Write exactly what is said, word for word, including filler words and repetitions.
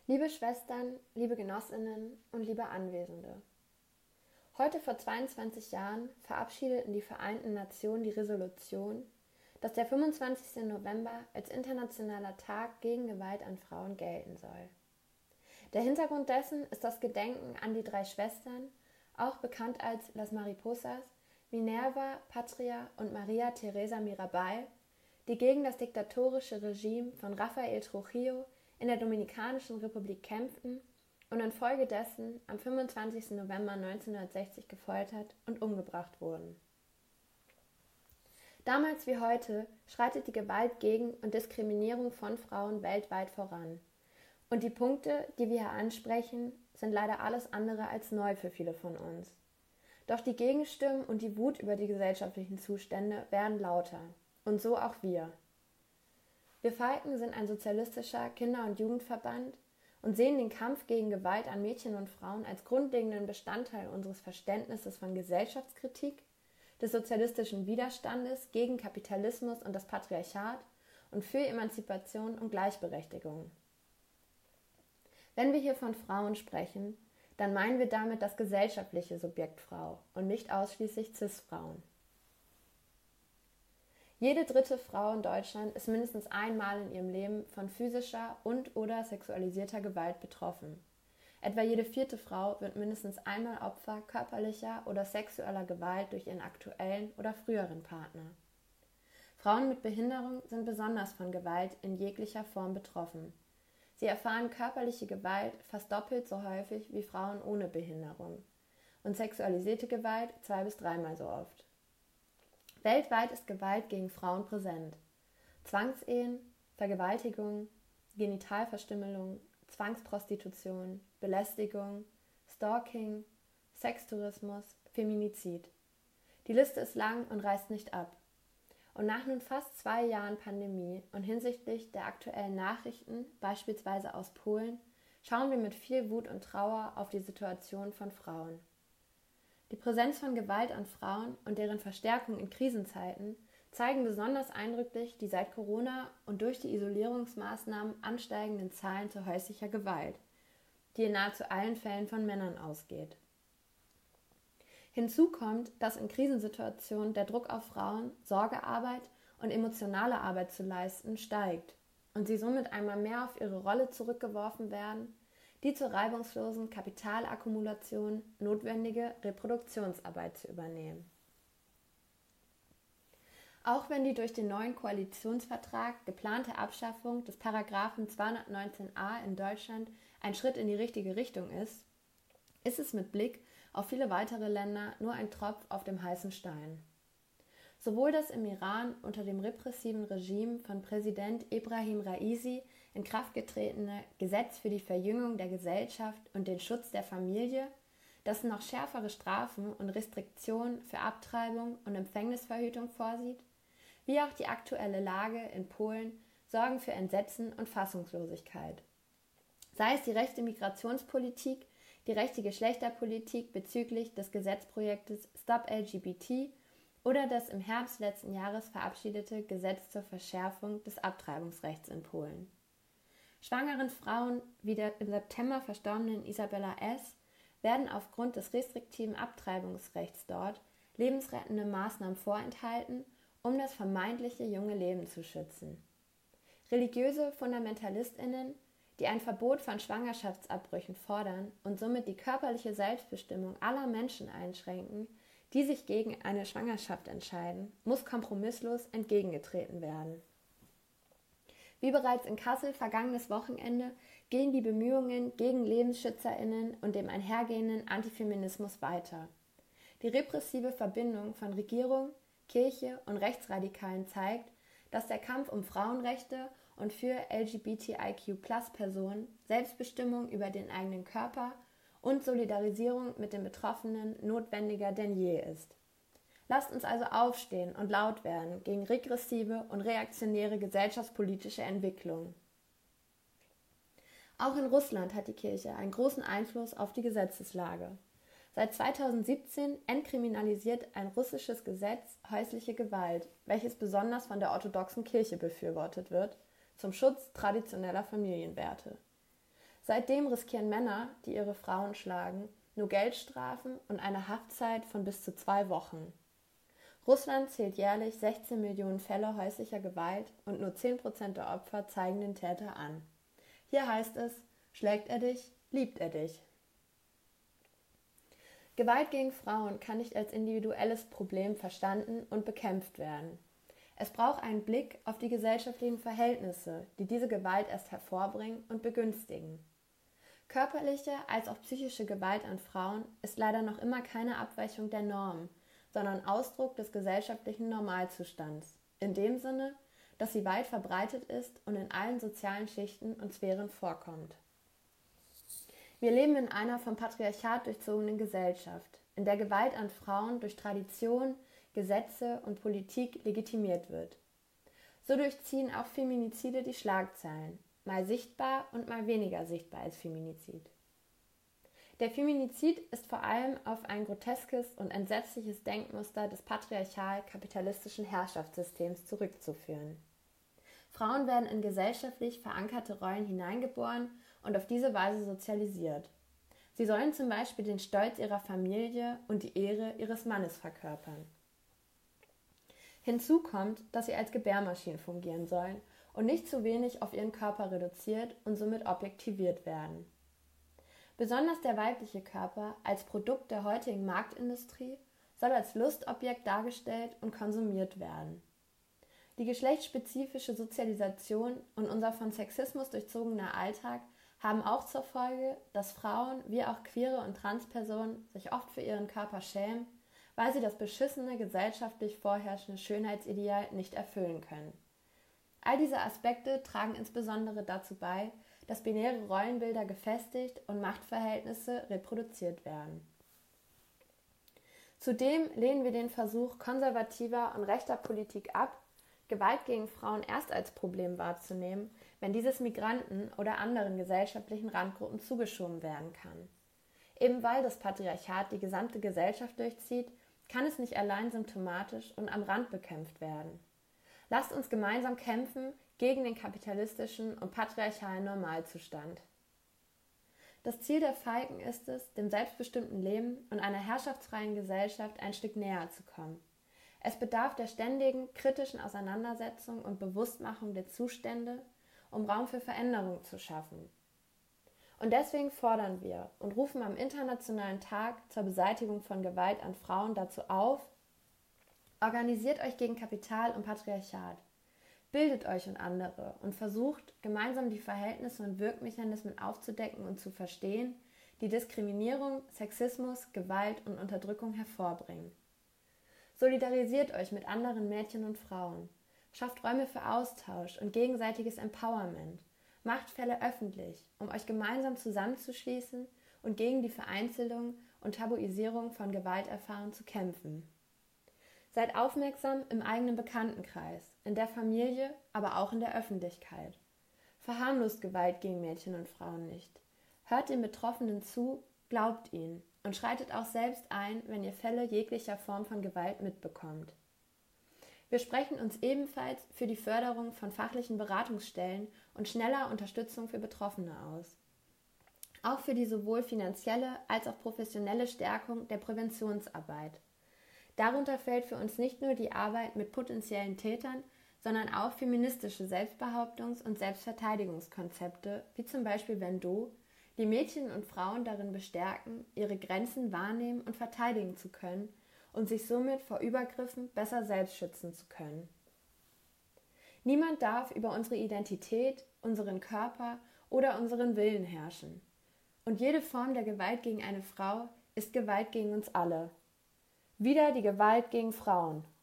Liebe Schwestern, liebe Genossinnen und liebe Anwesende. Heute vor zweiundzwanzig Jahren verabschiedeten die Vereinten Nationen die Resolution, dass der fünfundzwanzigste November als internationaler Tag gegen Gewalt an Frauen gelten soll. Der Hintergrund dessen ist das Gedenken an die drei Schwestern, auch bekannt als Las Mariposas, Minerva, Patria und Maria Teresa Mirabal, die gegen das diktatorische Regime von Rafael Trujillo in der Dominikanischen Republik kämpften und infolgedessen am fünfundzwanzigsten November neunzehnhundertsechzig gefoltert und umgebracht wurden. Damals wie heute schreitet die Gewalt gegen und Diskriminierung von Frauen weltweit voran. Und die Punkte, die wir hier ansprechen, sind leider alles andere als neu für viele von uns. Doch die Gegenstimmen und die Wut über die gesellschaftlichen Zustände werden lauter. Und so auch wir. Wir Falken sind ein sozialistischer Kinder- und Jugendverband und sehen den Kampf gegen Gewalt an Mädchen und Frauen als grundlegenden Bestandteil unseres Verständnisses von Gesellschaftskritik, des sozialistischen Widerstandes gegen Kapitalismus und das Patriarchat und für Emanzipation und Gleichberechtigung. Wenn wir hier von Frauen sprechen, dann meinen wir damit das gesellschaftliche Subjekt Frau und nicht ausschließlich Cis-Frauen. Jede dritte Frau in Deutschland ist mindestens einmal in ihrem Leben von physischer und/oder sexualisierter Gewalt betroffen. Etwa jede vierte Frau wird mindestens einmal Opfer körperlicher oder sexueller Gewalt durch ihren aktuellen oder früheren Partner. Frauen mit Behinderung sind besonders von Gewalt in jeglicher Form betroffen. Sie erfahren körperliche Gewalt fast doppelt so häufig wie Frauen ohne Behinderung und sexualisierte Gewalt zwei bis dreimal so oft. Weltweit ist Gewalt gegen Frauen präsent. Zwangsehen, Vergewaltigung, Genitalverstümmelung, Zwangsprostitution, Belästigung, Stalking, Sextourismus, Feminizid. Die Liste ist lang und reißt nicht ab. Und nach nun fast zwei Jahren Pandemie und hinsichtlich der aktuellen Nachrichten, beispielsweise aus Polen, schauen wir mit viel Wut und Trauer auf die Situation von Frauen. Die Präsenz von Gewalt an Frauen und deren Verstärkung in Krisenzeiten zeigen besonders eindrücklich die seit Corona und durch die Isolierungsmaßnahmen ansteigenden Zahlen zu häuslicher Gewalt, die in nahezu allen Fällen von Männern ausgeht. Hinzu kommt, dass in Krisensituationen der Druck auf Frauen, Sorgearbeit und emotionale Arbeit zu leisten, steigt und sie somit einmal mehr auf ihre Rolle zurückgeworfen werden, die zur reibungslosen Kapitalakkumulation notwendige Reproduktionsarbeit zu übernehmen. Auch wenn die durch den neuen Koalitionsvertrag geplante Abschaffung des Paragraphen zweihundertneunzehn a in Deutschland ein Schritt in die richtige Richtung ist, ist es mit Blick auf viele weitere Länder nur ein Tropf auf dem heißen Stein. Sowohl das im Iran unter dem repressiven Regime von Präsident Ebrahim Raisi in Kraft getretene Gesetz für die Verjüngung der Gesellschaft und den Schutz der Familie, das noch schärfere Strafen und Restriktionen für Abtreibung und Empfängnisverhütung vorsieht, wie auch die aktuelle Lage in Polen sorgen für Entsetzen und Fassungslosigkeit. Sei es die rechte Migrationspolitik, die rechte Geschlechterpolitik bezüglich des Gesetzprojektes Stop L G B T oder das im Herbst letzten Jahres verabschiedete Gesetz zur Verschärfung des Abtreibungsrechts in Polen. Schwangeren Frauen wie der im September verstorbenen Isabella S. werden aufgrund des restriktiven Abtreibungsrechts dort lebensrettende Maßnahmen vorenthalten, um das vermeintliche junge Leben zu schützen. Religiöse FundamentalistInnen, die ein Verbot von Schwangerschaftsabbrüchen fordern und somit die körperliche Selbstbestimmung aller Menschen einschränken, die sich gegen eine Schwangerschaft entscheiden, muss kompromisslos entgegengetreten werden. Wie bereits in Kassel vergangenes Wochenende gehen die Bemühungen gegen LebensschützerInnen und dem einhergehenden Antifeminismus weiter. Die repressive Verbindung von Regierung, Kirche und Rechtsradikalen zeigt, dass der Kampf um Frauenrechte und für L G B T I Q Plus Personen, Selbstbestimmung über den eigenen Körper und Solidarisierung mit den Betroffenen notwendiger denn je ist. Lasst uns also aufstehen und laut werden gegen regressive und reaktionäre gesellschaftspolitische Entwicklungen. Auch in Russland hat die Kirche einen großen Einfluss auf die Gesetzeslage. Seit zweitausendsiebzehn entkriminalisiert ein russisches Gesetz häusliche Gewalt, welches besonders von der orthodoxen Kirche befürwortet wird, zum Schutz traditioneller Familienwerte. Seitdem riskieren Männer, die ihre Frauen schlagen, nur Geldstrafen und eine Haftzeit von bis zu zwei Wochen. Russland zählt jährlich sechzehn Millionen Fälle häuslicher Gewalt und nur zehn Prozent der Opfer zeigen den Täter an. Hier heißt es, schlägt er dich, liebt er dich. Gewalt gegen Frauen kann nicht als individuelles Problem verstanden und bekämpft werden. Es braucht einen Blick auf die gesellschaftlichen Verhältnisse, die diese Gewalt erst hervorbringen und begünstigen. Körperliche als auch psychische Gewalt an Frauen ist leider noch immer keine Abweichung der Norm, sondern Ausdruck des gesellschaftlichen Normalzustands, in dem Sinne, dass sie weit verbreitet ist und in allen sozialen Schichten und Sphären vorkommt. Wir leben in einer vom Patriarchat durchzogenen Gesellschaft, in der Gewalt an Frauen durch Tradition, Gesetze und Politik legitimiert wird. So durchziehen auch Feminizide die Schlagzeilen, mal sichtbar und mal weniger sichtbar als Feminizid. Der Feminizid ist vor allem auf ein groteskes und entsetzliches Denkmuster des patriarchal-kapitalistischen Herrschaftssystems zurückzuführen. Frauen werden in gesellschaftlich verankerte Rollen hineingeboren und auf diese Weise sozialisiert. Sie sollen zum Beispiel den Stolz ihrer Familie und die Ehre ihres Mannes verkörpern. Hinzu kommt, dass sie als Gebärmaschinen fungieren sollen und nicht zu wenig auf ihren Körper reduziert und somit objektiviert werden. Besonders der weibliche Körper als Produkt der heutigen Marktindustrie soll als Lustobjekt dargestellt und konsumiert werden. Die geschlechtsspezifische Sozialisation und unser von Sexismus durchzogener Alltag haben auch zur Folge, dass Frauen wie auch queere und Transpersonen sich oft für ihren Körper schämen, weil sie das beschissene gesellschaftlich vorherrschende Schönheitsideal nicht erfüllen können. All diese Aspekte tragen insbesondere dazu bei, dass binäre Rollenbilder gefestigt und Machtverhältnisse reproduziert werden. Zudem lehnen wir den Versuch konservativer und rechter Politik ab, Gewalt gegen Frauen erst als Problem wahrzunehmen, wenn dieses Migranten oder anderen gesellschaftlichen Randgruppen zugeschoben werden kann. Eben weil das Patriarchat die gesamte Gesellschaft durchzieht, kann es nicht allein symptomatisch und am Rand bekämpft werden. Lasst uns gemeinsam kämpfen gegen den kapitalistischen und patriarchalen Normalzustand. Das Ziel der Falken ist es, dem selbstbestimmten Leben und einer herrschaftsfreien Gesellschaft ein Stück näher zu kommen. Es bedarf der ständigen, kritischen Auseinandersetzung und Bewusstmachung der Zustände, um Raum für Veränderung zu schaffen. Und deswegen fordern wir und rufen am Internationalen Tag zur Beseitigung von Gewalt an Frauen dazu auf: Organisiert euch gegen Kapital und Patriarchat, bildet euch und andere und versucht, gemeinsam die Verhältnisse und Wirkmechanismen aufzudecken und zu verstehen, die Diskriminierung, Sexismus, Gewalt und Unterdrückung hervorbringen. Solidarisiert euch mit anderen Mädchen und Frauen, schafft Räume für Austausch und gegenseitiges Empowerment, macht Fälle öffentlich, um euch gemeinsam zusammenzuschließen und gegen die Vereinzelung und Tabuisierung von Gewalterfahrungen zu kämpfen. Seid aufmerksam im eigenen Bekanntenkreis, in der Familie, aber auch in der Öffentlichkeit. Verharmlost Gewalt gegen Mädchen und Frauen nicht. Hört den Betroffenen zu, glaubt ihnen und schreitet auch selbst ein, wenn ihr Fälle jeglicher Form von Gewalt mitbekommt. Wir sprechen uns ebenfalls für die Förderung von fachlichen Beratungsstellen und schneller Unterstützung für Betroffene aus. Auch für die sowohl finanzielle als auch professionelle Stärkung der Präventionsarbeit. Darunter fällt für uns nicht nur die Arbeit mit potenziellen Tätern, sondern auch feministische Selbstbehauptungs- und Selbstverteidigungskonzepte, wie zum Beispiel Vendo, die Mädchen und Frauen darin bestärken, ihre Grenzen wahrnehmen und verteidigen zu können und sich somit vor Übergriffen besser selbst schützen zu können. Niemand darf über unsere Identität, unseren Körper oder unseren Willen herrschen. Und jede Form der Gewalt gegen eine Frau ist Gewalt gegen uns alle. Wieder die Gewalt gegen Frauen.